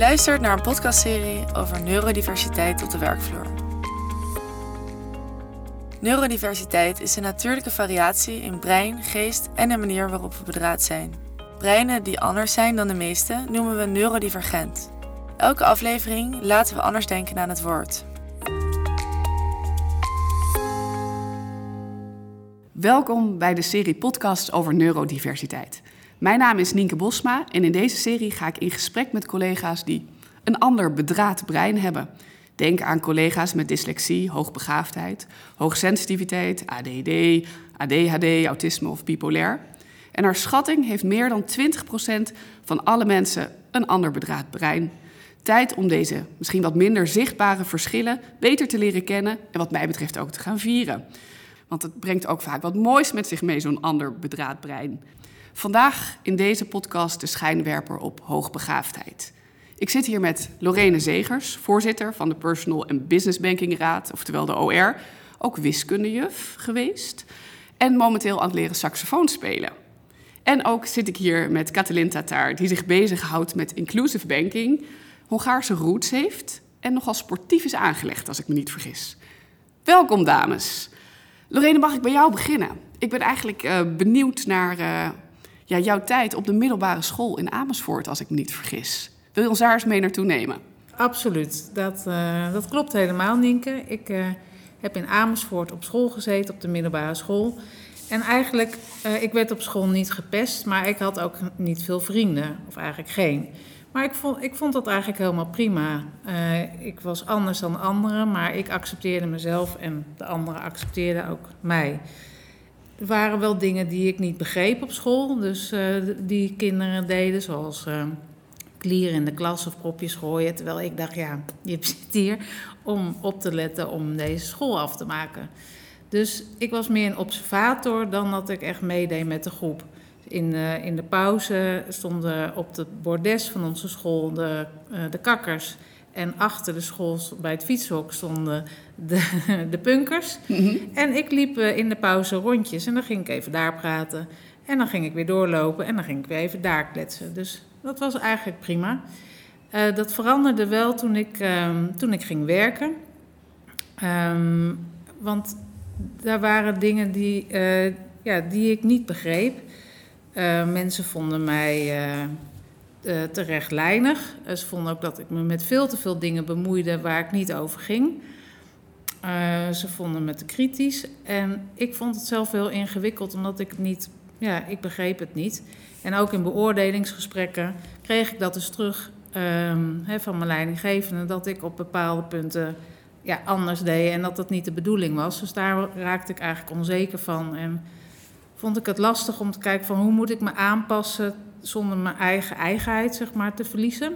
luistert naar een podcastserie over neurodiversiteit op de werkvloer. Neurodiversiteit is een natuurlijke variatie in brein, geest en de manier waarop we bedraad zijn. Breinen die anders zijn dan de meeste noemen we neurodivergent. Elke aflevering laten we anders denken aan het woord. Welkom bij de serie podcast over neurodiversiteit. Mijn naam is Nienke Bosma en in deze serie ga ik in gesprek met collega's die een ander bedraad brein hebben. Denk aan collega's met dyslexie, hoogbegaafdheid, hoogsensitiviteit, ADD, ADHD, autisme of bipolair. En naar schatting heeft meer dan 20% van alle mensen een ander bedraad brein. Tijd om deze misschien wat minder zichtbare verschillen beter te leren kennen en wat mij betreft ook te gaan vieren. Want het brengt ook vaak wat moois met zich mee, zo'n ander bedraad brein. Vandaag in deze podcast de schijnwerper op hoogbegaafdheid. Ik zit hier met Lorene Zegers, voorzitter van de Personal and Business Banking Raad, oftewel de OR, ook wiskundejuf geweest en momenteel aan het leren saxofoon spelen. En ook zit ik hier met Katalin Tatar, die zich bezighoudt met inclusive banking, Hongaarse roots heeft en nogal sportief is aangelegd, als ik me niet vergis. Welkom, dames. Lorene, mag ik bij jou beginnen? Ik ben eigenlijk benieuwd naar jouw tijd op de middelbare school in Amersfoort, als ik me niet vergis. Wil je ons daar eens mee naartoe nemen? Absoluut, dat klopt helemaal, Nienke. Ik heb in Amersfoort op school gezeten, op de middelbare school. En eigenlijk, ik werd op school niet gepest, maar ik had ook niet veel vrienden, of eigenlijk geen. Maar ik vond dat eigenlijk helemaal prima. Ik was anders dan anderen, maar ik accepteerde mezelf en de anderen accepteerden ook mij. Er waren wel dingen die ik niet begreep op school, dus die kinderen deden, zoals klieren in de klas of propjes gooien. Terwijl ik dacht, ja, je zit hier om op te letten om deze school af te maken. Dus ik was meer een observator dan dat ik echt meedeed met de groep. In de pauze stonden op het bordes van onze school de kakkers. En achter de school bij het fietshok stonden de punkers. Mm-hmm. En ik liep in de pauze rondjes en dan ging ik even daar praten. En dan ging ik weer doorlopen en dan ging ik weer even daar kletsen. Dus dat was eigenlijk prima. Dat veranderde wel toen ik ging werken. Want daar waren dingen die ik niet begreep. Mensen vonden mij te rechtlijnig. Ze vonden ook dat ik me met veel te veel dingen bemoeide waar ik niet over ging. Ze vonden me te kritisch. En ik vond het zelf heel ingewikkeld, omdat ik begreep het niet. En ook in beoordelingsgesprekken kreeg ik dat dus terug van mijn leidinggevende, dat ik op bepaalde punten anders deed en dat niet de bedoeling was. Dus daar raakte ik eigenlijk onzeker van. En vond ik het lastig om te kijken van hoe moet ik me aanpassen zonder mijn eigen eigenheid, zeg maar, te verliezen.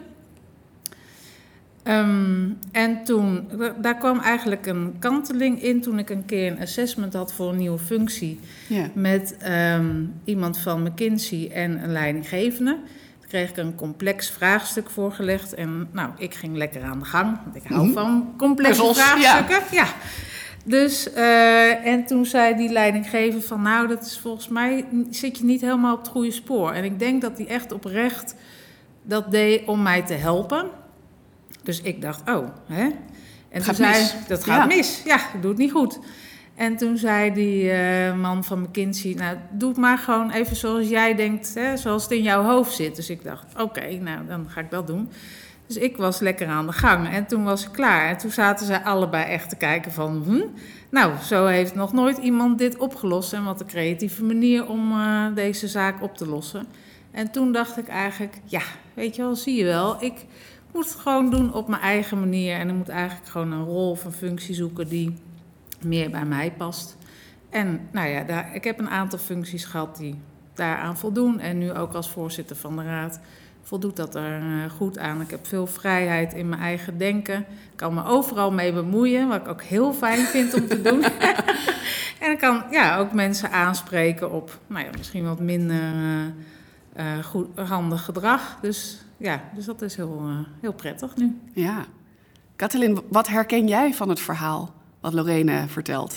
En toen, daar kwam eigenlijk een kanteling in toen ik een keer een assessment had voor een nieuwe functie. Yeah. Met iemand van McKinsey en een leidinggevende. Toen kreeg ik een complex vraagstuk voorgelegd en ik ging lekker aan de gang. Want ik hou van complexe vraagstukken. Ja. Dus, en toen zei die leidinggever van dat is volgens mij zit je niet helemaal op het goede spoor. En ik denk dat hij echt oprecht dat deed om mij te helpen. Dus ik dacht, hè? En toen zei hij, dat gaat mis. Ja, ik doe het niet goed. En toen zei die man van McKinsey, doe het maar gewoon even zoals jij denkt, hè, zoals het in jouw hoofd zit. Dus ik dacht, oké, dan ga ik dat doen. Dus ik was lekker aan de gang en toen was ik klaar. En toen zaten zij allebei echt te kijken van, zo heeft nog nooit iemand dit opgelost. En wat een creatieve manier om deze zaak op te lossen. En toen dacht ik eigenlijk, weet je wel, zie je wel, ik moet het gewoon doen op mijn eigen manier. En ik moet eigenlijk gewoon een rol of een functie zoeken die meer bij mij past. En ik heb een aantal functies gehad die daaraan voldoen. En nu ook als voorzitter van de raad voldoet dat er goed aan. Ik heb veel vrijheid in mijn eigen denken. Ik kan me overal mee bemoeien, wat ik ook heel fijn vind om te doen. En ik kan ook mensen aanspreken op misschien wat minder handig gedrag. Dus dat is heel prettig nu. Ja. Katalin, wat herken jij van het verhaal wat Lorene vertelt?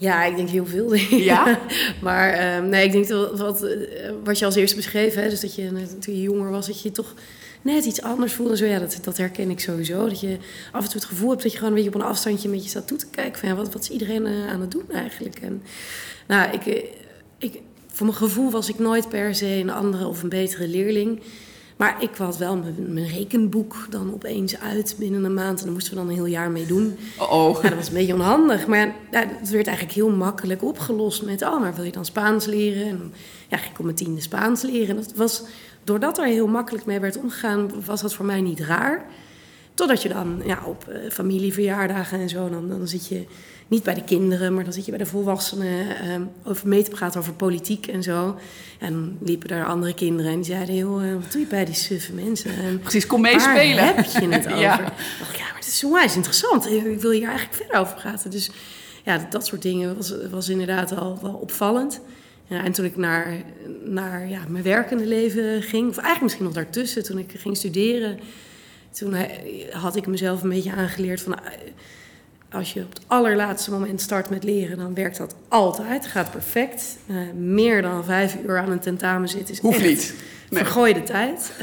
Ja, ik denk heel veel dingen. Ja? Maar nee, ik denk dat wat je als eerste beschreef, hè, dus dat je toen je jonger was, dat je toch net iets anders voelde. Zo, ja, dat herken ik sowieso. Dat je af en toe het gevoel hebt dat je gewoon een beetje op een afstandje met je staat toe te kijken. Van, ja, wat is iedereen aan het doen eigenlijk? En nou, voor mijn gevoel was ik nooit per se een andere of een betere leerling. Maar ik had wel mijn rekenboek dan opeens uit binnen een maand. En daar moesten we dan een heel jaar mee doen. Oh. Ja, dat was een beetje onhandig. Maar ja, het werd eigenlijk heel makkelijk opgelost met... maar wil je dan Spaans leren? En dan ging ik op mijn 10e Spaans leren. En dat was, doordat er heel makkelijk mee werd omgegaan... was dat voor mij niet raar. Totdat je dan op familieverjaardagen en zo... dan zit je niet bij de kinderen, maar dan zit je bij de volwassenen... over mee te praten over politiek en zo. En dan liepen daar andere kinderen en die zeiden... joh, wat doe je bij die suffe mensen? En precies, kom meespelen. Waar heb je het over? Ja. Ik dacht, maar het is onwijs interessant. Ik wil hier eigenlijk verder over praten. Dus ja, dat soort dingen was inderdaad al wel opvallend. Ja, en toen ik naar mijn werkende leven ging... of eigenlijk misschien nog daartussen, toen ik ging studeren... toen had ik mezelf een beetje aangeleerd van... als je op het allerlaatste moment start met leren... dan werkt dat altijd, gaat perfect. Meer dan 5 uur aan een tentamen zitten is hoeft echt niet. Nee. vergooide tijd.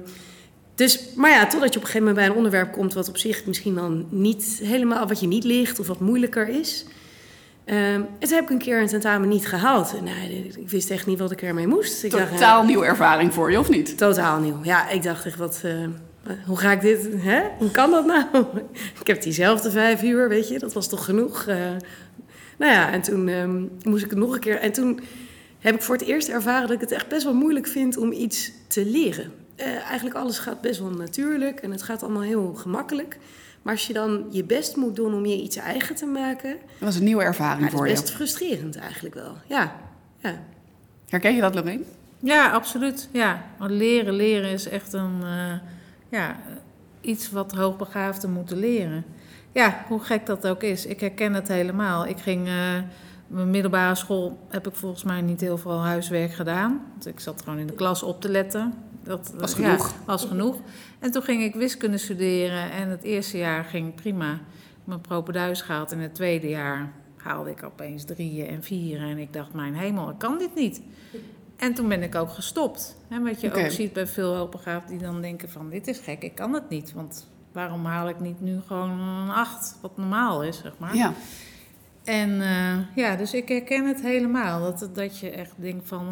Maar ja, totdat je op een gegeven moment bij een onderwerp komt... wat op zich misschien dan niet helemaal... wat je niet ligt of wat moeilijker is... En toen heb ik een keer een tentamen niet gehaald. En ik wist echt niet wat ik ermee moest. Totaal nieuwe ervaring voor je, of niet? Totaal nieuw. Ja, ik dacht echt, hoe ga ik dit... Hè? Hoe kan dat nou? Ik heb diezelfde 5 uur, weet je. Dat was toch genoeg? En toen moest ik het nog een keer... En toen heb ik voor het eerst ervaren dat ik het echt best wel moeilijk vind om iets te leren. Eigenlijk alles gaat best wel natuurlijk en het gaat allemaal heel gemakkelijk. Maar als je dan je best moet doen om je iets eigen te maken... Dat was een nieuwe ervaring voor je. Dat is best frustrerend eigenlijk wel, ja. Herken je dat, Lorraine? Ja, absoluut. Ja. Maar leren is echt iets wat hoogbegaafden moeten leren. Ja, hoe gek dat ook is. Ik herken het helemaal. Ik ging... mijn middelbare school heb ik volgens mij niet heel veel huiswerk gedaan. Want ik zat gewoon in de klas op te letten. Dat was genoeg. Was genoeg. En toen ging ik wiskunde studeren. En het eerste jaar ging prima. Ik heb mijn propedeuse gehaald. En het tweede jaar haalde ik opeens 3 en 4. En ik dacht, mijn hemel, ik kan dit niet. En toen ben ik ook gestopt. Hè, wat je ook ziet bij veel hoogbegaafden die dan denken van... dit is gek, ik kan het niet. Want waarom haal ik niet nu gewoon een 8, wat normaal is, zeg maar. Ja. En dus ik herken het helemaal. Dat je echt denkt van...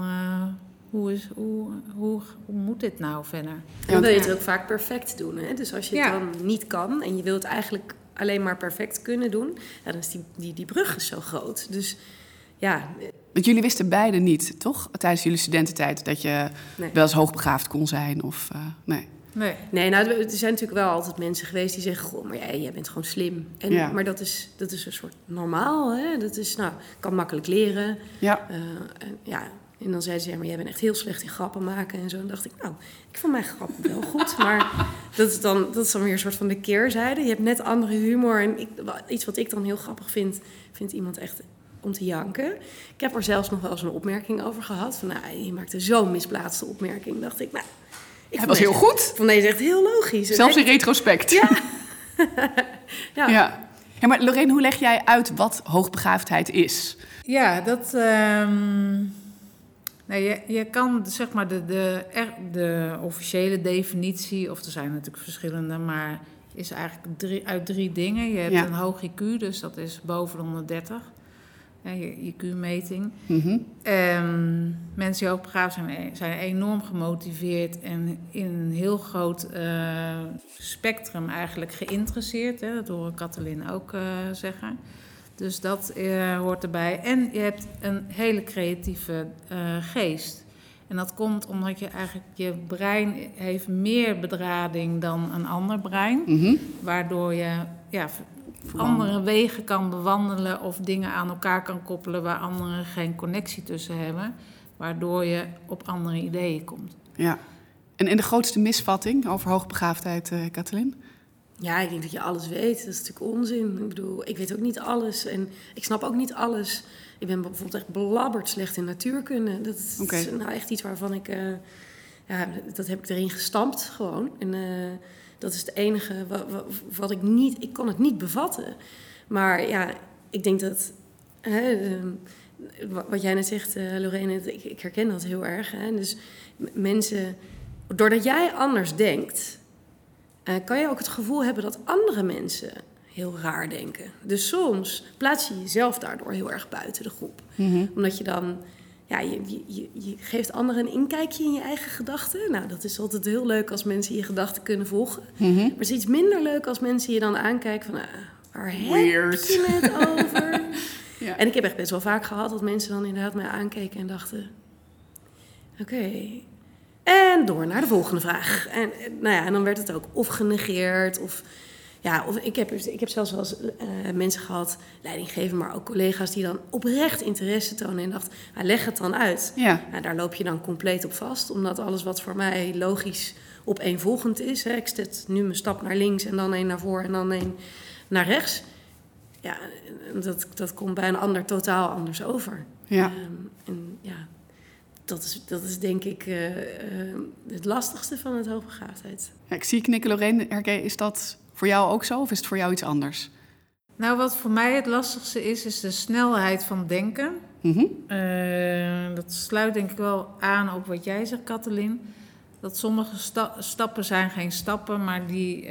Hoe moet dit nou verder? En dan wil je het ook vaak perfect doen. Hè? Dus als je het dan niet kan en je wilt het eigenlijk alleen maar perfect kunnen doen... dan is die brug is zo groot. Dus ja... Want jullie wisten beiden niet, toch? Tijdens jullie studententijd dat je wel eens hoogbegaafd kon zijn of... Nee, nou, er zijn natuurlijk wel altijd mensen geweest die zeggen... goh, maar jij bent gewoon slim. Maar dat is een soort normaal, hè? Dat is, kan makkelijk leren. Ja. En dan zeiden ze, maar jij bent echt heel slecht in grappen maken en zo. En dan dacht ik, ik vond mijn grappen wel goed. Maar dat is dan weer een soort van de keerzijde. Je hebt net andere humor. En iets wat ik dan heel grappig vindt iemand echt om te janken. Ik heb er zelfs nog wel eens een opmerking over gehad. Van, je maakte zo'n misplaatste opmerking. Dacht ik, het was heel goed. Ik vond deze echt heel logisch. Zelfs in retrospect. Ja. Ja, maar Lorraine, hoe leg jij uit wat hoogbegaafdheid is? Ja, dat... je kan zeg maar de officiële definitie... of er zijn natuurlijk verschillende... maar is eigenlijk uit 3 dingen. Je hebt een hoog IQ, dus dat is boven de 130... je IQ-meting. Mm-hmm. Mensen die hoogbegaafd zijn enorm gemotiveerd... en in een heel groot spectrum eigenlijk geïnteresseerd. Hè? Dat horen Katalin ook zeggen. Dus dat hoort erbij. En je hebt een hele creatieve geest. En dat komt omdat je brein heeft meer bedrading dan een ander brein. Mm-hmm. Waardoor je andere wegen kan bewandelen of dingen aan elkaar kan koppelen waar anderen geen connectie tussen hebben, waardoor je op andere ideeën komt. Ja. En de grootste misvatting over hoogbegaafdheid, Katalin? Ja, ik denk dat je alles weet. Dat is natuurlijk onzin. Ik bedoel, ik weet ook niet alles en ik snap ook niet alles. Ik ben bijvoorbeeld echt belabberd slecht in natuurkunde. Dat is nou echt iets waarvan ik... dat heb ik erin gestampt gewoon. En dat is het enige wat ik niet... Ik kon het niet bevatten. Maar ja, ik denk dat Wat jij net zegt, Lorene, ik herken dat heel erg. Hè? Dus mensen, doordat jij anders denkt, kan je ook het gevoel hebben dat andere mensen heel raar denken. Dus soms plaats je jezelf daardoor heel erg buiten de groep. Mm-hmm. Omdat je dan, je geeft anderen een inkijkje in je eigen gedachten. Nou, dat is altijd heel leuk als mensen je gedachten kunnen volgen. Mm-hmm. Maar het is iets minder leuk als mensen je dan aankijken van, waar heb je het over? Ja. En ik heb echt best wel vaak gehad dat mensen dan inderdaad mij aankeken en dachten, oké. En door naar de volgende vraag. En dan werd het ook of genegeerd of ik heb zelfs wel eens mensen gehad, leidinggeven, maar ook collega's die dan oprecht interesse tonen en dachten, leg het dan uit. Ja. Daar loop je dan compleet op vast, omdat alles wat voor mij logisch opeenvolgend is. Hè, ik zet nu mijn stap naar links en dan één naar voren en dan één naar rechts. Ja, dat komt bij een ander totaal anders over. Ja. Dat is denk ik het lastigste van het hoogbegaafdheid. Ja, ik zie knikken, Lorene. Is dat voor jou ook zo of is het voor jou iets anders? Nou, wat voor mij het lastigste is de snelheid van denken. Mm-hmm. Dat sluit denk ik wel aan op wat jij zegt, Katalin. Dat sommige stappen zijn geen stappen, maar die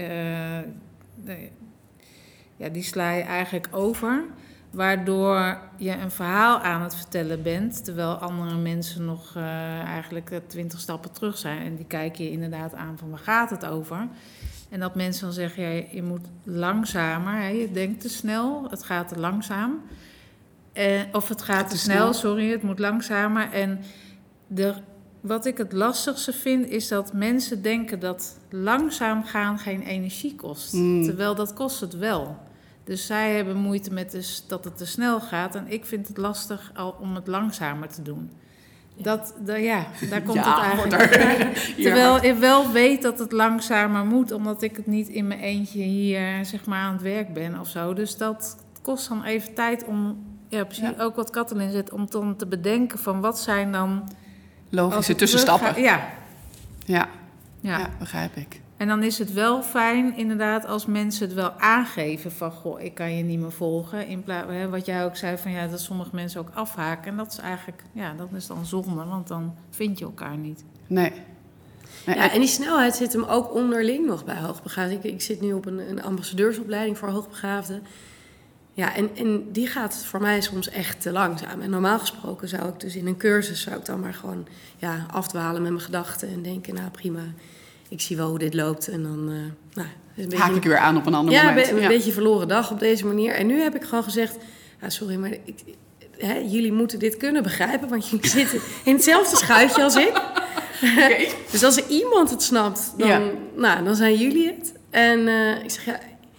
sla je eigenlijk over. Waardoor je een verhaal aan het vertellen bent, terwijl andere mensen nog eigenlijk 20 stappen terug zijn. En die kijken je inderdaad aan van waar gaat het over? En dat mensen dan zeggen, je moet langzamer, hè? Je denkt te snel, het gaat te langzaam. Of het gaat te snel, het moet langzamer. En wat ik het lastigste vind, is dat mensen denken dat langzaam gaan geen energie kost. Terwijl dat kost het wel. Dus zij hebben moeite met dat het te snel gaat. En ik vind het lastig om het langzamer te doen. Daar komt het eigenlijk. Terwijl ik wel weet dat het langzamer moet, omdat ik het niet in mijn eentje hier zeg maar aan het werk ben of zo. Dus dat kost dan even tijd om, precies ook wat Katalin zegt, om dan te bedenken van wat zijn dan logische tussenstappen. Ja, begrijp ik. En dan is het wel fijn, inderdaad, als mensen het wel aangeven van, ik kan je niet meer volgen. In plaats, wat jij ook zei, van dat sommige mensen ook afhaken. En dat is eigenlijk, dat is dan zonde, want dan vind je elkaar niet. Nee. Ja, en die snelheid zit hem ook onderling nog bij hoogbegaafden. Ik zit nu op een ambassadeursopleiding voor hoogbegaafden. Ja, en die gaat voor mij soms echt te langzaam. En normaal gesproken zou ik dus in een cursus dan maar gewoon afdwalen met mijn gedachten en denken, prima. Ik zie wel hoe dit loopt en dan haak ik weer aan op een ander moment. Een beetje verloren dag op deze manier. En nu heb ik gewoon gezegd, sorry, maar jullie moeten dit kunnen begrijpen, want jullie zitten in hetzelfde schuitje als ik. Okay. Dus als er iemand het snapt, dan zijn jullie het. En ik zeg,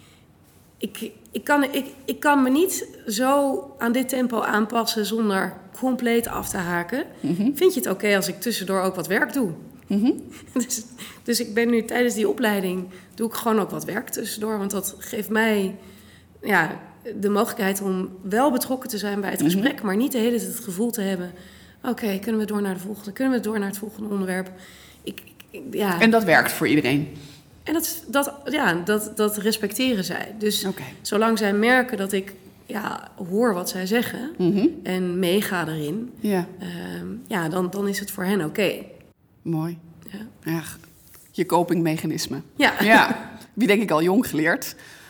ik kan me niet zo aan dit tempo aanpassen zonder compleet af te haken. Mm-hmm. Vind je het oké als ik tussendoor ook wat werk doe? Mm-hmm. Dus ik ben nu tijdens die opleiding, doe ik gewoon ook wat werk tussendoor. Want dat geeft mij de mogelijkheid om wel betrokken te zijn bij het gesprek, maar niet de hele tijd het gevoel te hebben, oké, kunnen we door naar de volgende? Kunnen we door naar het volgende onderwerp? En dat werkt voor iedereen? En dat respecteren zij. Dus zolang zij merken dat ik hoor wat zij zeggen en meega erin, dan is het voor hen oké. Mooi. Ja, je copingmechanisme. Ja. Wie denk ik al jong geleerd.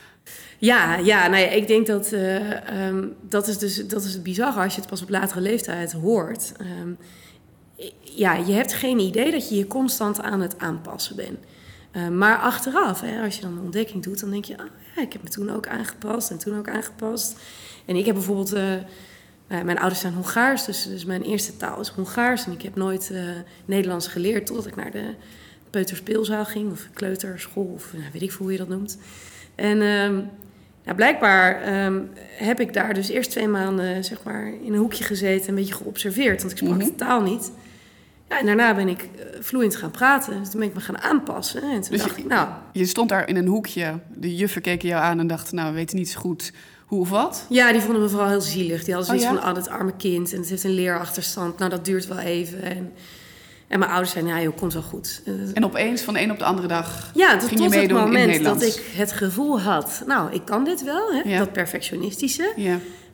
Ik denk dat is het bizarre als je het pas op latere leeftijd hoort. Je hebt geen idee dat je constant aan het aanpassen bent. Maar achteraf, als je dan een ontdekking doet, dan denk je, ik heb me toen ook aangepast en toen ook aangepast. En ik heb bijvoorbeeld, mijn ouders zijn Hongaars, dus mijn eerste taal is Hongaars. En ik heb nooit Nederlands geleerd totdat ik naar de peuterspeelzaal ging, of kleuterschool, of weet ik veel hoe je dat noemt. En blijkbaar heb ik daar dus eerst 2 maanden zeg maar in een hoekje gezeten, een beetje geobserveerd, want ik sprak de taal niet. Ja, en daarna ben ik vloeiend gaan praten. Dus toen ben ik me gaan aanpassen. En toen dacht ik, je stond daar in een hoekje. De juffen keken jou aan en dachten, we weten niet zo goed hoe of wat. Ja, die vonden me vooral heel zielig. Die hadden zoiets van, dat arme kind. En het heeft een leerachterstand. Dat duurt wel even. En mijn ouders zeiden, joh, komt wel goed. En opeens, van de een op de andere dag, ging je meedoen in het Nederlands. Dat ik het gevoel had, ik kan dit wel. Hè? Dat perfectionistische. Ja.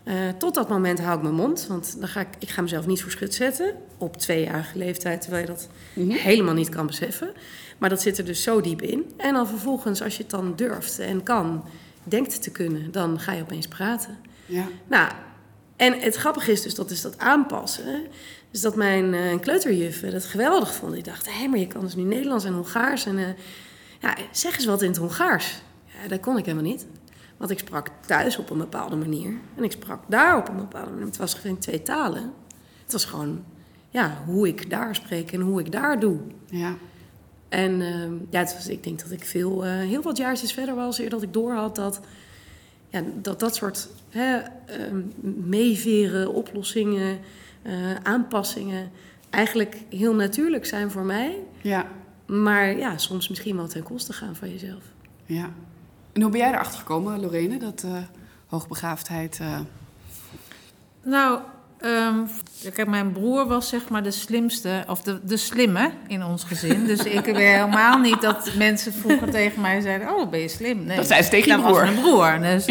Tot dat moment hou ik mijn mond. Want dan ik ga mezelf niet voor schut zetten. Op 2-jarige leeftijd, terwijl je dat helemaal niet kan beseffen. Maar dat zit er dus zo diep in. En dan vervolgens, als je het dan durft en kan, denkt te kunnen, dan ga je opeens praten. Ja. Nou, en het grappige is dus, dat is dat aanpassen. Dus dat mijn kleuterjuffen dat geweldig vonden. Die dachten, maar je kan dus nu Nederlands en Hongaars. En zeg eens wat in het Hongaars. Ja, dat kon ik helemaal niet. Want ik sprak thuis op een bepaalde manier. En ik sprak daar op een bepaalde manier. Het was geen 2 talen. Het was gewoon hoe ik daar spreek en hoe ik daar doe. Ja. En ik denk dat ik heel wat jaartjes verder was, eer dat ik doorhad dat soort meeveren, oplossingen, aanpassingen eigenlijk heel natuurlijk zijn voor mij. Ja. Maar soms misschien wel ten koste gaan van jezelf. Ja. En hoe ben jij erachter gekomen, Lorene, dat hoogbegaafdheid... Nou, kijk, mijn broer was zeg maar de slimste, of de slimme in ons gezin. Dus ik weet helemaal niet dat mensen vroeger tegen mij zeiden, oh, ben je slim? Nee, dat zei ze tegen je broer. Dat was mijn broer. Dus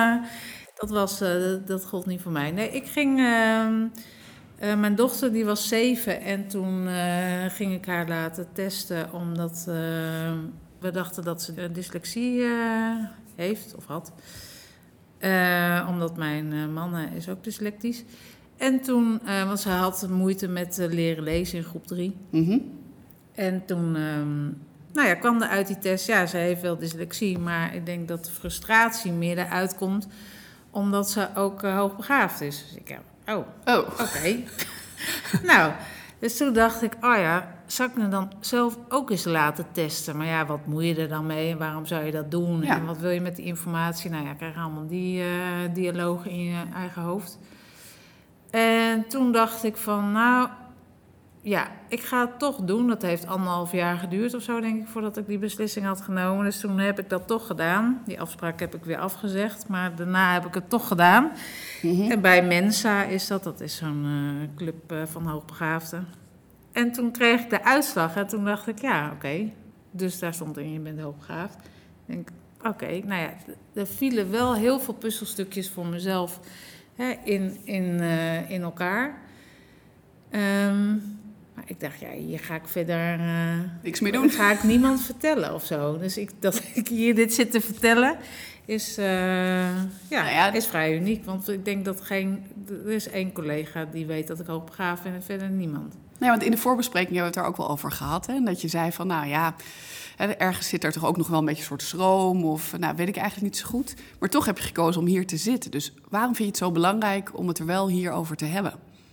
dat gold niet voor mij. Nee, ik ging... mijn dochter die was 7 en toen ging ik haar laten testen, omdat we dachten dat ze dyslexie heeft of had. Omdat mijn man is ook dyslectisch. En toen, want ze had moeite met leren lezen in groep 3. Mm-hmm. En toen kwam er uit die test, ze heeft wel dyslexie, maar ik denk dat de frustratie meer eruit komt, omdat ze ook hoogbegaafd is. Dus ik oké. Nou, dus toen dacht ik, zou ik me dan zelf ook eens laten testen? Maar wat moet je er dan mee en waarom zou je dat doen? Ja. En wat wil je met die informatie? Nou krijg je allemaal die dialogen in je eigen hoofd. En toen dacht ik van, ik ga het toch doen. Dat heeft 1,5 jaar geduurd of zo, denk ik, voordat ik die beslissing had genomen. Dus toen heb ik dat toch gedaan. Die afspraak heb ik weer afgezegd, maar daarna heb ik het toch gedaan. Mm-hmm. En bij Mensa is dat is zo'n club van hoogbegaafden. En toen kreeg ik de uitslag en toen dacht ik, oké. Dus daar stond in, je bent hoogbegaafd. Ik denk, oké, er vielen wel heel veel puzzelstukjes voor mezelf in elkaar. Maar ik dacht, hier ga ik verder... niks mee doen. Ga ik niemand vertellen of zo. Dus dat ik hier dit zit te vertellen is vrij uniek. Want ik denk dat er is 1 collega die weet dat ik hoogbegaafd ben en verder niemand. Nee, want in de voorbespreking hebben we het er ook wel over gehad. Hè? Dat je zei van, ergens zit er toch ook nog wel een beetje een soort schroom. Of, weet ik eigenlijk niet zo goed. Maar toch heb je gekozen om hier te zitten. Dus waarom vind je het zo belangrijk om het er wel hier over te hebben?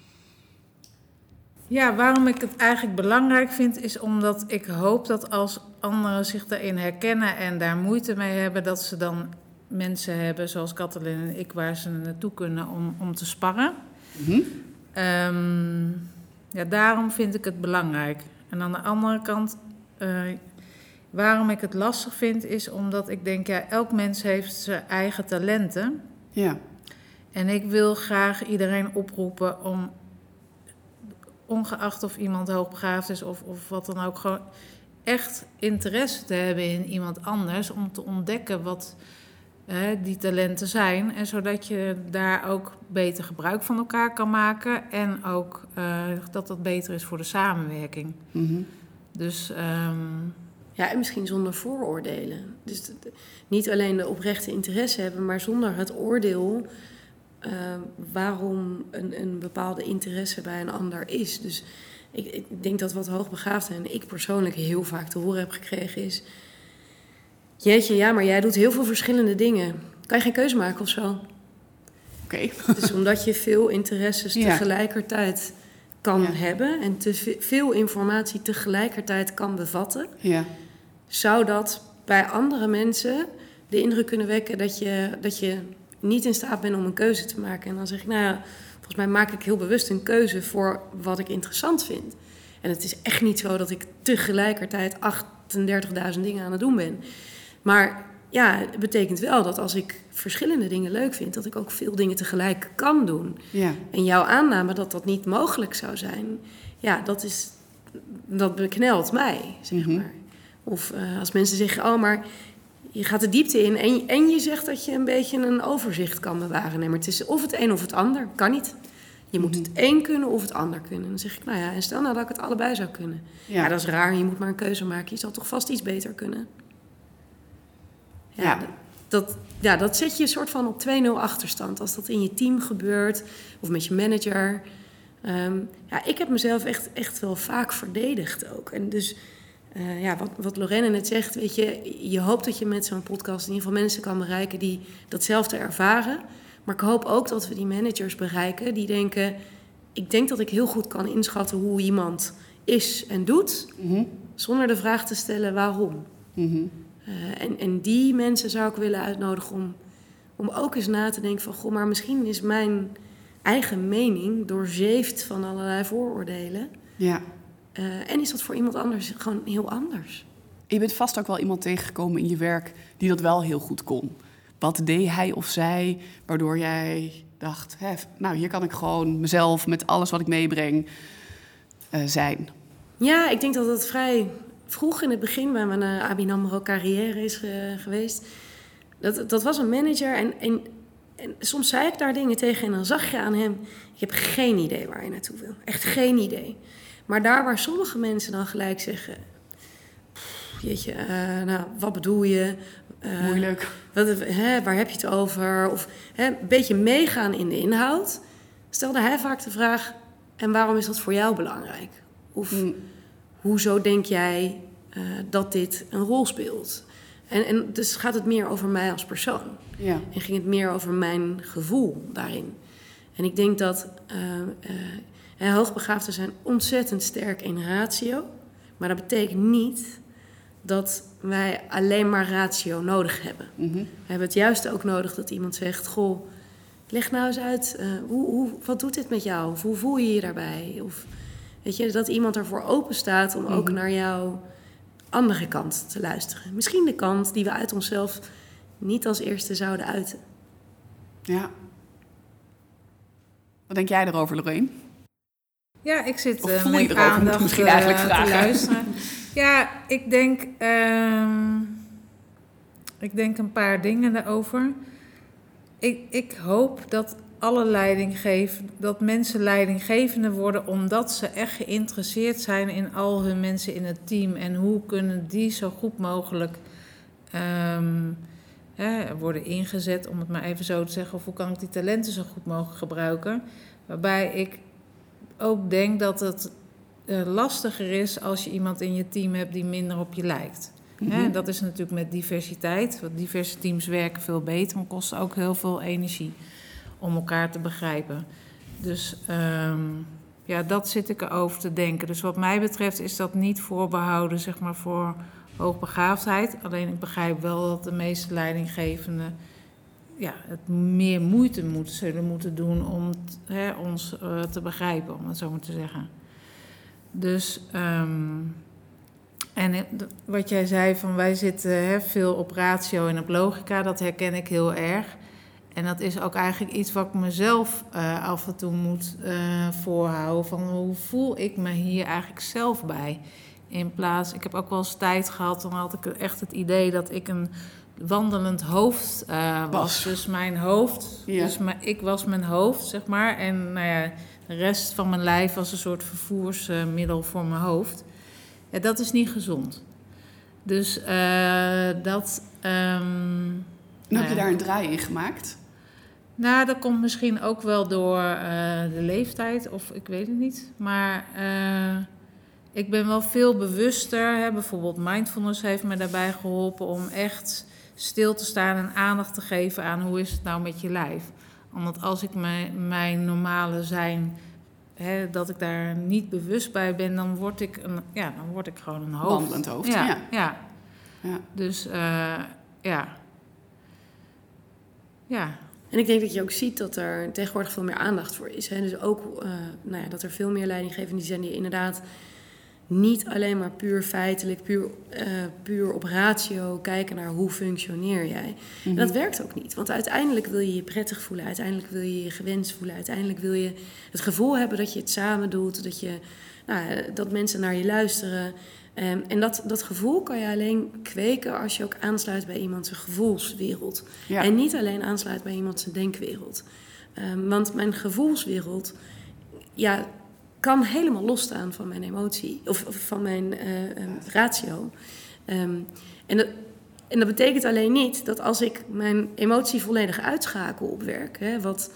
Ja, waarom ik het eigenlijk belangrijk vind, is omdat ik hoop dat als anderen zich daarin herkennen en daar moeite mee hebben, dat ze dan mensen hebben, zoals Katalin en ik, waar ze naartoe kunnen om te sparren. Mm-hmm. Daarom vind ik het belangrijk. En aan de andere kant, waarom ik het lastig vind, is omdat ik denk, elk mens heeft zijn eigen talenten. Ja. En ik wil graag iedereen oproepen om, ongeacht of iemand hoogbegaafd is of wat dan ook, gewoon echt interesse te hebben in iemand anders, om te ontdekken wat die talenten zijn. En zodat je daar ook beter gebruik van elkaar kan maken en ook dat beter is voor de samenwerking. Mm-hmm. Dus... en misschien zonder vooroordelen. Dus niet alleen de oprechte interesse hebben, maar zonder het oordeel waarom een bepaalde interesse bij een ander is. Dus ik denk dat wat hoogbegaafden en ik persoonlijk heel vaak te horen heb gekregen is, jeetje, maar jij doet heel veel verschillende dingen. Kan je geen keuze maken of zo? Oké. Dus omdat je veel interesses tegelijkertijd kan hebben en veel informatie tegelijkertijd kan bevatten, zou dat bij andere mensen de indruk kunnen wekken dat je niet in staat bent om een keuze te maken. En dan zeg ik, volgens mij maak ik heel bewust een keuze voor wat ik interessant vind. En het is echt niet zo dat ik tegelijkertijd 38.000 dingen aan het doen ben. Maar het betekent wel dat als ik verschillende dingen leuk vind, dat ik ook veel dingen tegelijk kan doen. Ja. En jouw aanname dat niet mogelijk zou zijn, dat beknelt mij, zeg maar. Of als mensen zeggen, maar je gaat de diepte in en je zegt dat je een beetje een overzicht kan bewaren. Nee, maar het is of het een of het ander. Kan niet. Je moet het een kunnen of het ander kunnen. Dan zeg ik, nou ja, en stel nou dat ik het allebei zou kunnen. Ja, dat is raar. Je moet maar een keuze maken. Je zal toch vast iets beter kunnen. Ja. Dat zet je een soort van op 2-0 achterstand. Als dat in je team gebeurt of met je manager. Ik heb mezelf echt wel vaak verdedigd ook. En dus wat Lorraine net zegt, weet je hoopt dat je met zo'n podcast in ieder geval mensen kan bereiken die datzelfde ervaren. Maar ik hoop ook dat we die managers bereiken die denken, ik denk dat ik heel goed kan inschatten hoe iemand is en doet, zonder de vraag te stellen waarom. En die mensen zou ik willen uitnodigen om ook eens na te denken van, goh, maar misschien is mijn eigen mening doorzeefd van allerlei vooroordelen. Ja. En is dat voor iemand anders gewoon heel anders. Je bent vast ook wel iemand tegengekomen in je werk die dat wel heel goed kon. Wat deed hij of zij, waardoor jij dacht, hier kan ik gewoon mezelf met alles wat ik meebreng zijn? Ja, ik denk dat het vrij vroeg in het begin bij mijn ABN AMRO carrière is geweest. Dat was een manager en soms zei ik daar dingen tegen en dan zag je aan hem, ik heb geen idee waar je naartoe wil. Echt geen idee. Maar daar waar sommige mensen dan gelijk zeggen, jeetje, wat bedoel je? Moeilijk. Waar heb je het over? Of een beetje meegaan in de inhoud. Stelde hij vaak de vraag, en waarom is dat voor jou belangrijk? Of hoezo denk jij dat dit een rol speelt? En dus gaat het meer over mij als persoon. Ja. En ging het meer over mijn gevoel daarin. En ik denk dat hoogbegaafden zijn ontzettend sterk in ratio. Maar dat betekent niet dat wij alleen maar ratio nodig hebben. We hebben het juist ook nodig dat iemand zegt, goh, leg nou eens uit, wat doet dit met jou? Of hoe voel je je daarbij? Of weet je, dat iemand ervoor open staat om ook naar jouw andere kant te luisteren. Misschien de kant die we uit onszelf niet als eerste zouden uiten. Ja. Wat denk jij erover, Lorraine? Ja, ik zit met aandacht moet ik misschien eigenlijk vragen. Te luisteren. Ja, ik denk een paar dingen daarover. Ik hoop dat dat mensen leidinggevende worden omdat ze echt geïnteresseerd zijn in al hun mensen in het team. En hoe kunnen die zo goed mogelijk worden ingezet, om het maar even zo te zeggen. Of hoe kan ik die talenten zo goed mogelijk gebruiken. Waarbij ik ook denk dat het lastiger is als je iemand in je team hebt die minder op je lijkt. Dat is natuurlijk met diversiteit. Want diverse teams werken veel beter, maar kosten ook heel veel energie om elkaar te begrijpen. Dus dat zit ik erover te denken. Dus wat mij betreft is dat niet voorbehouden, zeg maar, voor hoogbegaafdheid. Alleen ik begrijp wel dat de meeste leidinggevenden het meer moeite zullen moeten doen om ons te begrijpen, om het zo maar te zeggen. Dus, en wat jij zei, van wij zitten veel op ratio en op logica, dat herken ik heel erg. En dat is ook eigenlijk iets wat ik mezelf af en toe moet voorhouden, van hoe voel ik me hier eigenlijk zelf bij? Ik heb ook wel eens tijd gehad, dan had ik echt het idee dat ik een wandelend hoofd was. Dus mijn hoofd, ik was mijn hoofd, zeg maar. En de rest van mijn lijf was een soort vervoersmiddel voor mijn hoofd. Ja, dat is niet gezond. Dus dat... heb je daar een draai in gemaakt? Nou, dat komt misschien ook wel door de leeftijd, of ik weet het niet. Maar ik ben wel veel bewuster. Bijvoorbeeld mindfulness heeft me daarbij geholpen om echt stil te staan en aandacht te geven aan hoe is het nou met je lijf. Omdat als ik mijn normale zijn, dat ik daar niet bewust bij ben, dan word ik gewoon een hoofd. Wandelend hoofd, ja. Dus, ja. En ik denk dat je ook ziet dat er tegenwoordig veel meer aandacht voor is. Dus ook dat er veel meer leidinggevenden zijn die inderdaad niet alleen maar puur feitelijk, puur op ratio kijken naar hoe functioneer jij. En dat werkt ook niet. Want uiteindelijk wil je je prettig voelen. Uiteindelijk wil je je gewenst voelen. Uiteindelijk wil je het gevoel hebben dat je het samen doet. Dat mensen naar je luisteren. En dat gevoel kan je alleen kweken als je ook aansluit bij iemands gevoelswereld. Ja. En niet alleen aansluit bij iemands denkwereld. Want mijn gevoelswereld kan helemaal losstaan van mijn emotie of van mijn ratio. En dat betekent alleen niet dat als ik mijn emotie volledig uitschakel op werk, hè, wat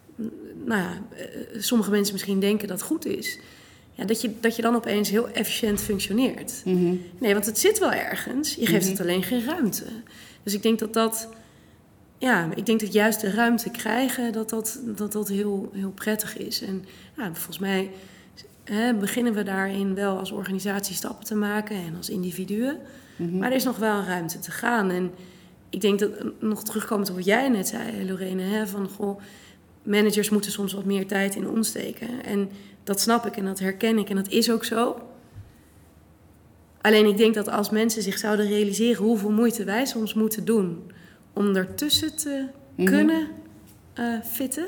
sommige mensen misschien denken dat goed is, dat je dan opeens heel efficiënt functioneert. Mm-hmm. Nee, want het zit wel ergens. Je geeft het alleen geen ruimte. Dus ik denk dat juist de ruimte krijgen, dat heel, heel prettig is. En volgens mij beginnen we daarin wel als organisatie stappen te maken en als individuen. Mm-hmm. Maar er is nog wel ruimte te gaan. En ik denk dat, nog terugkomend op wat jij net zei, Lorene, van managers moeten soms wat meer tijd in ons steken. En dat snap ik en dat herken ik en dat is ook zo. Alleen ik denk dat als mensen zich zouden realiseren hoeveel moeite wij soms moeten doen om ertussen te kunnen fitten,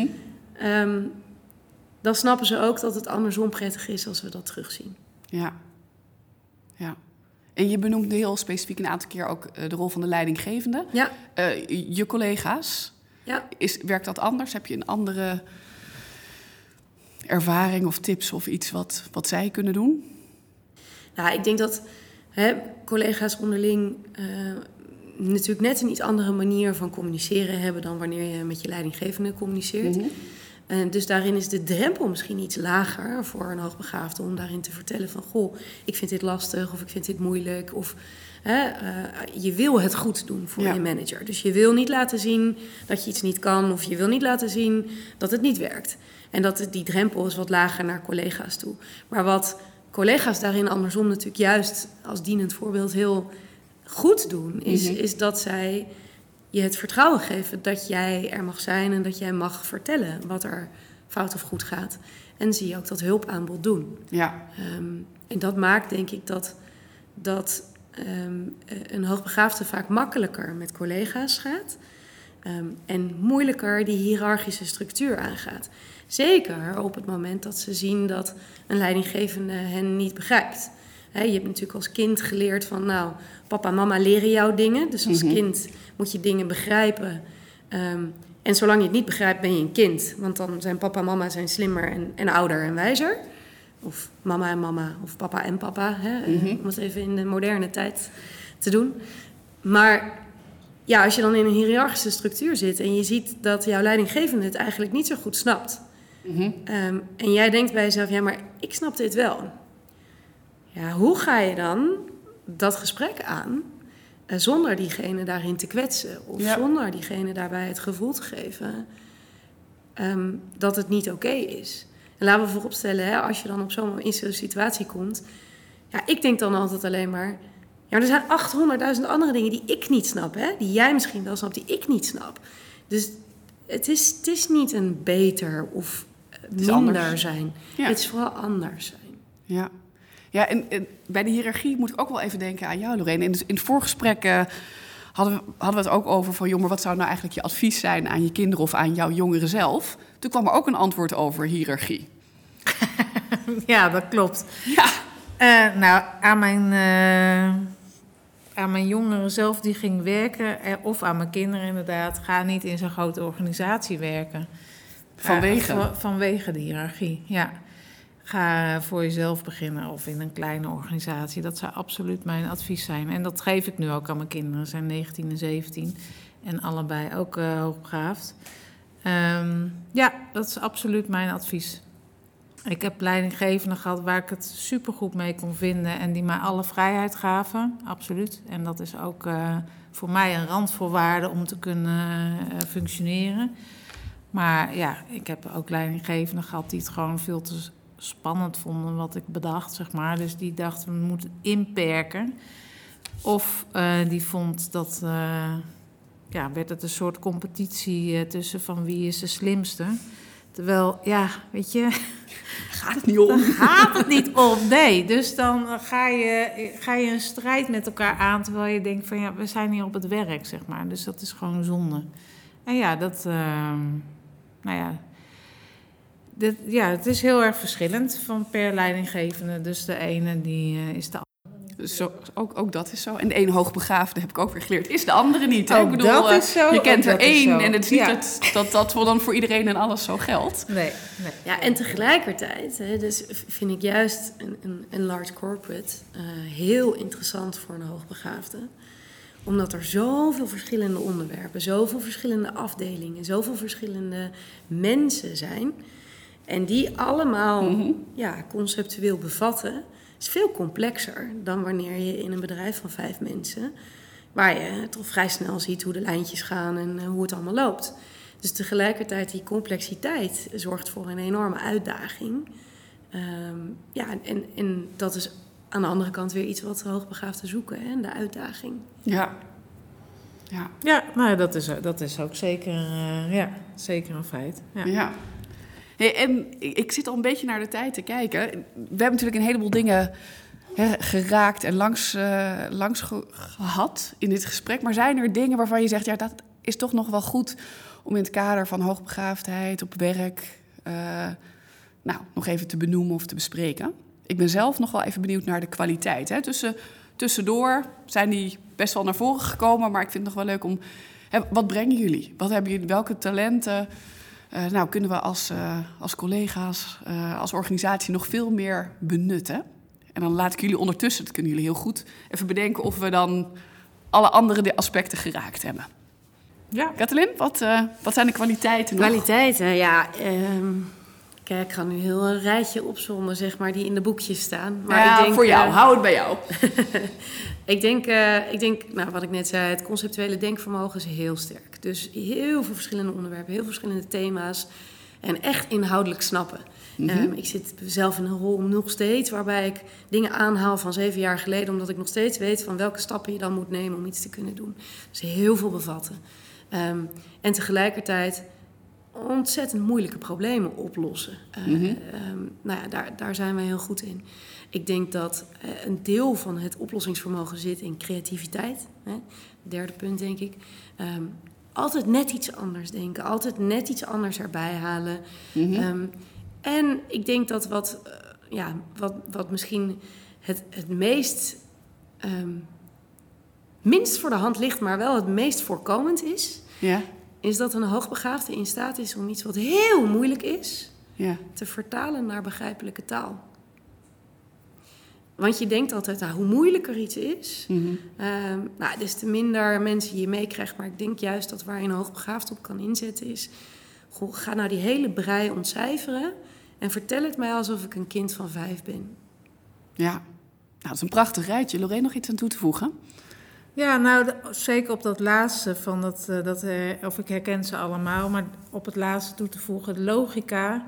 dan snappen ze ook dat het andersom prettig is als we dat terugzien. Ja. En je benoemt heel specifiek een aantal keer ook de rol van de leidinggevende. Ja. Je collega's, werkt dat anders? Heb je een andere ervaring of tips of iets wat zij kunnen doen? Nou, ik denk dat collega's onderling natuurlijk net een iets andere manier van communiceren hebben dan wanneer je met je leidinggevende communiceert. Mm-hmm. Dus daarin is de drempel misschien iets lager voor een hoogbegaafde om daarin te vertellen van, goh, ik vind dit lastig of ik vind dit moeilijk. Of je wil het goed doen voor je manager. Dus je wil niet laten zien dat je iets niet kan of je wil niet laten zien dat het niet werkt. En die drempel is wat lager naar collega's toe. Maar wat collega's daarin andersom natuurlijk juist als dienend voorbeeld heel goed doen, is dat zij je het vertrouwen geven dat jij er mag zijn en dat jij mag vertellen wat er fout of goed gaat. En zie je ook dat hulpaanbod doen. Ja. En dat maakt, denk ik, dat een hoogbegaafde vaak makkelijker met collega's gaat en moeilijker die hiërarchische structuur aangaat. Zeker op het moment dat ze zien dat een leidinggevende hen niet begrijpt. Je hebt natuurlijk als kind geleerd van, papa en mama leren jou dingen. Dus als kind moet je dingen begrijpen. En zolang je het niet begrijpt, ben je een kind. Want dan zijn papa en mama slimmer en ouder en wijzer. Of mama en mama, of papa en papa. Om het even in de moderne tijd te doen. Maar als je dan in een hiërarchische structuur zit en je ziet dat jouw leidinggevende het eigenlijk niet zo goed snapt. En jij denkt bij jezelf, maar ik snap dit wel. Ja, hoe ga je dan dat gesprek aan zonder diegene daarin te kwetsen? Of zonder diegene daarbij het gevoel te geven dat het niet oké is? En laten we vooropstellen, als je dan in zo'n situatie komt. Ik denk dan altijd alleen maar, er zijn 800.000 andere dingen die ik niet snap. Die jij misschien wel snapt, die ik niet snap. Dus het is niet een beter of minder zijn. Ja. Het is vooral anders zijn. Ja, en bij de hiërarchie moet ik ook wel even denken aan jou, Lorene. In het voorgesprek hadden we het ook over van, maar wat zou nou eigenlijk je advies zijn aan je kinderen of aan jouw jongeren zelf? Toen kwam er ook een antwoord over hiërarchie. Ja, dat klopt. Ja. Aan mijn jongeren zelf die ging werken, of aan mijn kinderen inderdaad, ga niet in zo'n grote organisatie werken. Vanwege de hiërarchie, ja. Ga voor jezelf beginnen of in een kleine organisatie. Dat zou absoluut mijn advies zijn. En dat geef ik nu ook aan mijn kinderen. Ze zijn 19 en 17 en allebei ook hoogbegaafd. Dat is absoluut mijn advies. Ik heb leidinggevenden gehad waar ik het supergoed mee kon vinden en die mij alle vrijheid gaven, absoluut. En dat is ook voor mij een randvoorwaarde om te kunnen functioneren. Maar ik heb ook leidinggevenden gehad die het gewoon veel te spannend vonden wat ik bedacht, zeg maar. Dus die dachten, we moeten inperken. Of die vond dat, werd het een soort competitie tussen van wie is de slimste. Terwijl, weet je... Gaat het niet om? Dan gaat het niet om, nee. Dus dan ga je een strijd met elkaar aan, terwijl je denkt van, we zijn hier op het werk, zeg maar. Dus dat is gewoon zonde. En het is heel erg verschillend van per leidinggevende. Dus de ene die is de Ook dat is zo. En de ene hoogbegaafde, heb ik ook weer geleerd, is de andere niet. Hè? Ik bedoel, dat is zo. Je kent er één en het is niet dat dan voor iedereen en alles zo geldt. Nee. Ja, en tegelijkertijd dus vind ik juist een large corporate heel interessant voor een hoogbegaafde. Omdat er zoveel verschillende onderwerpen, zoveel verschillende afdelingen, zoveel verschillende mensen zijn. En die allemaal conceptueel bevatten, is veel complexer dan wanneer je in een bedrijf van 5 mensen, waar je toch vrij snel ziet hoe de lijntjes gaan en hoe het allemaal loopt. Dus tegelijkertijd die complexiteit zorgt voor een enorme uitdaging. En dat is aan de andere kant weer iets wat hoogbegaafden zoeken, hè? De uitdaging. Ja, nou, dat is ook zeker, zeker een feit. Ja. Hey, en ik zit al een beetje naar de tijd te kijken. We hebben natuurlijk een heleboel dingen geraakt en langs gehad in dit gesprek. Maar zijn er dingen waarvan je zegt, ja, dat is toch nog wel goed om in het kader van hoogbegaafdheid op werk nog even te benoemen of te bespreken? Ik ben zelf nog wel even benieuwd naar de kwaliteit. Hè? Tussendoor zijn die best wel naar voren gekomen, maar ik vind het nog wel leuk om... wat brengen jullie? Wat hebben jullie? Welke talenten kunnen we als collega's, als organisatie nog veel meer benutten? En dan laat ik jullie ondertussen, dat kunnen jullie heel goed, even bedenken of we dan alle andere aspecten geraakt hebben. Ja. Katalin, wat zijn de kwaliteiten nog? Kwaliteiten, kijk, ik ga nu heel een rijtje opzommen, zeg maar, die in de boekjes staan. Maar ja, ik denk, voor jou. Hou het bij jou. Ik denk, wat ik net zei, het conceptuele denkvermogen is heel sterk. Dus heel veel verschillende onderwerpen, heel veel verschillende thema's. En echt inhoudelijk snappen. Mm-hmm. Ik zit zelf in een rol nog steeds waarbij ik dingen aanhaal van 7 jaar geleden, omdat ik nog steeds weet van welke stappen je dan moet nemen om iets te kunnen doen. Dus heel veel bevatten. En tegelijkertijd ontzettend moeilijke problemen oplossen. Daar zijn wij heel goed in. Ik denk dat een deel van het oplossingsvermogen zit in creativiteit. Derde punt, denk ik. Altijd net iets anders denken. Altijd net iets anders erbij halen. Mm-hmm. En ik denk dat wat misschien het meest... minst voor de hand ligt, maar wel het meest voorkomend is... Ja. Is dat een hoogbegaafde in staat is om iets wat heel moeilijk is... te vertalen naar begrijpelijke taal. Want je denkt altijd, hoe moeilijker iets is... Mm-hmm. Des te minder mensen je meekrijgt. Maar ik denk juist dat waar je een hoogbegaafde op kan inzetten is... ga nou die hele brei ontcijferen... en vertel het mij alsof ik een kind van 5 ben. Ja, dat is een prachtig rijtje. Lorraine, nog iets aan toe te voegen? Ja, zeker op dat laatste, of ik herken ze allemaal... maar op het laatste toe te voegen, de logica...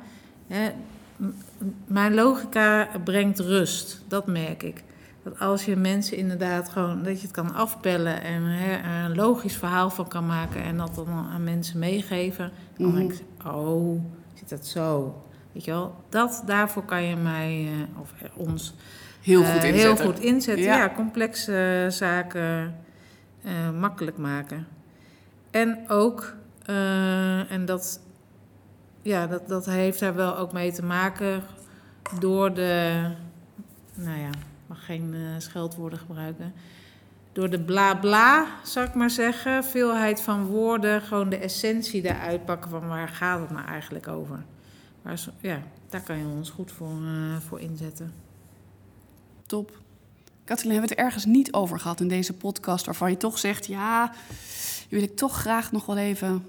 Mijn logica brengt rust, dat merk ik. Dat als je mensen inderdaad gewoon, dat je het kan afbellen en een logisch verhaal van kan maken en dat dan aan mensen meegeven, dan denk ik, zit dat zo? Weet je wel, daarvoor kan je mij of ons heel goed inzetten. Ja, complexe zaken makkelijk maken. En ook, en dat heeft daar wel ook mee te maken door de... mag geen scheldwoorden gebruiken. Door de bla-bla, zou ik maar zeggen. Veelheid van woorden, gewoon de essentie eruit pakken van waar gaat het nou eigenlijk over. Daar kan je ons goed voor inzetten. Top. Katalin, hebben we het ergens niet over gehad in deze podcast... waarvan je toch zegt, die wil ik toch graag nog wel even...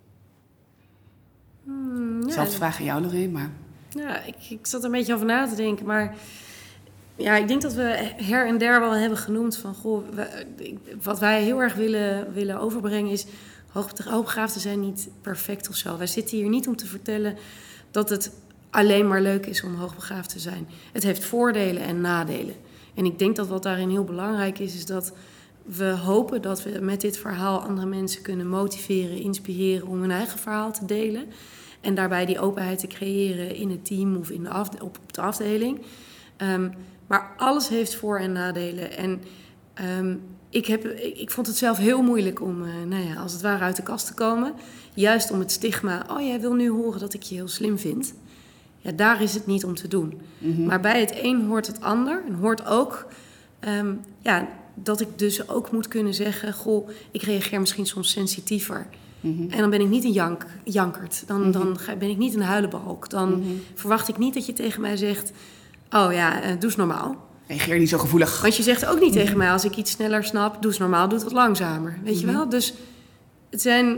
Zelfs vraag aan jou, Lorraine, maar... Ja, ik zat er een beetje over na te denken, maar... Ja, ik denk dat we her en der wel hebben genoemd van... wat wij heel erg willen overbrengen is... hoogbegaafden zijn niet perfect of zo. Wij zitten hier niet om te vertellen dat het alleen maar leuk is om hoogbegaafd te zijn. Het heeft voordelen en nadelen. En ik denk dat wat daarin heel belangrijk is dat... we hopen dat we met dit verhaal andere mensen kunnen motiveren, inspireren... om hun eigen verhaal te delen. En daarbij die openheid te creëren in het team of op de afdeling. Maar alles heeft voor- en nadelen. En ik vond het zelf heel moeilijk om, als het ware uit de kast te komen. Juist om het stigma, jij wil nu horen dat ik je heel slim vind. Ja, daar is het niet om te doen. Mm-hmm. Maar bij het een hoort het ander. En hoort ook dat ik dus ook moet kunnen zeggen... goh, ik reageer misschien soms sensitiever. En dan ben ik niet een jankert. Dan ben ik niet een huilenbalk. Dan verwacht ik niet dat je tegen mij zegt... oh ja, doe eens normaal. Reageer niet zo gevoelig. Want je zegt ook niet tegen mij... als ik iets sneller snap, doe eens normaal, doe het wat langzamer. Weet je wel? Dus het zijn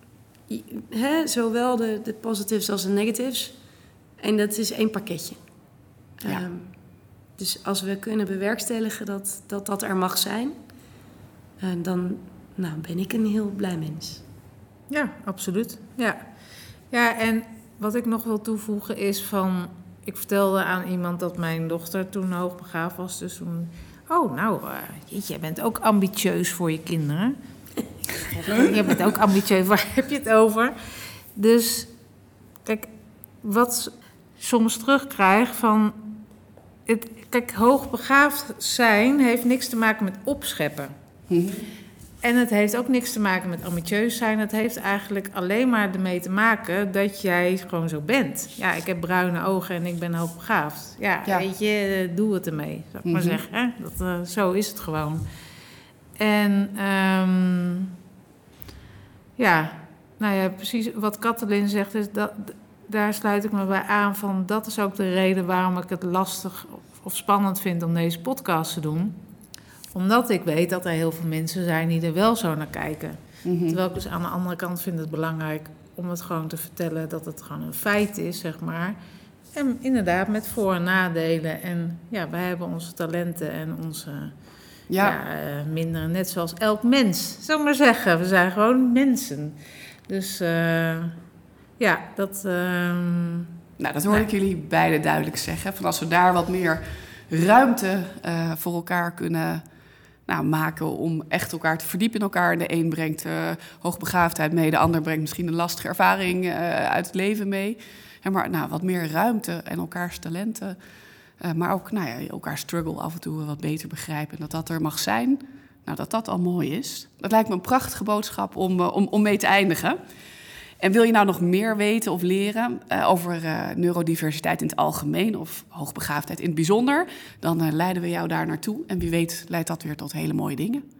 zowel de positives als de negatives. En dat is één pakketje. Ja. Dus als we kunnen bewerkstelligen dat er mag zijn... dan ben ik een heel blij mens. Ja, absoluut. Ja, en wat ik nog wil toevoegen is van... Ik vertelde aan iemand dat mijn dochter toen hoogbegaafd was. Dus toen... jeetje, jij bent ook ambitieus voor je kinderen. Je bent ook ambitieus, waar heb je het over? Dus, kijk, wat soms terugkrijg van... Kijk, hoogbegaafd zijn heeft niks te maken met opscheppen. En het heeft ook niks te maken met ambitieus zijn. Het heeft eigenlijk alleen maar ermee te maken dat jij gewoon zo bent. Ja, ik heb bruine ogen en ik ben hoogbegaafd. Ja. Weet je, doe het ermee, zou ik maar zeggen. Hè? Zo is het gewoon. En precies wat Katalin zegt, is daar sluit ik me bij aan van... dat is ook de reden waarom ik het lastig of spannend vind om deze podcast te doen... Omdat ik weet dat er heel veel mensen zijn die er wel zo naar kijken. Terwijl ik dus aan de andere kant vind het belangrijk om het gewoon te vertellen... dat het gewoon een feit is, zeg maar. En inderdaad met voor- en nadelen. En ja, wij hebben onze talenten en onze minderen. Net zoals elk mens, zou ik maar zeggen. We zijn gewoon mensen. Dus dat... dat hoor ik jullie beiden duidelijk zeggen. Van als we daar wat meer ruimte voor elkaar kunnen... maken om echt elkaar te verdiepen in elkaar. De een brengt hoogbegaafdheid mee, de ander brengt misschien een lastige ervaring uit het leven mee. Maar wat meer ruimte en elkaars talenten, maar ook elkaars struggle af en toe wat beter begrijpen. En dat er mag zijn, dat al mooi is. Dat lijkt me een prachtige boodschap om mee te eindigen. En wil je nou nog meer weten of leren over neurodiversiteit in het algemeen... of hoogbegaafdheid in het bijzonder, dan leiden we jou daar naartoe. En wie weet leidt dat weer tot hele mooie dingen.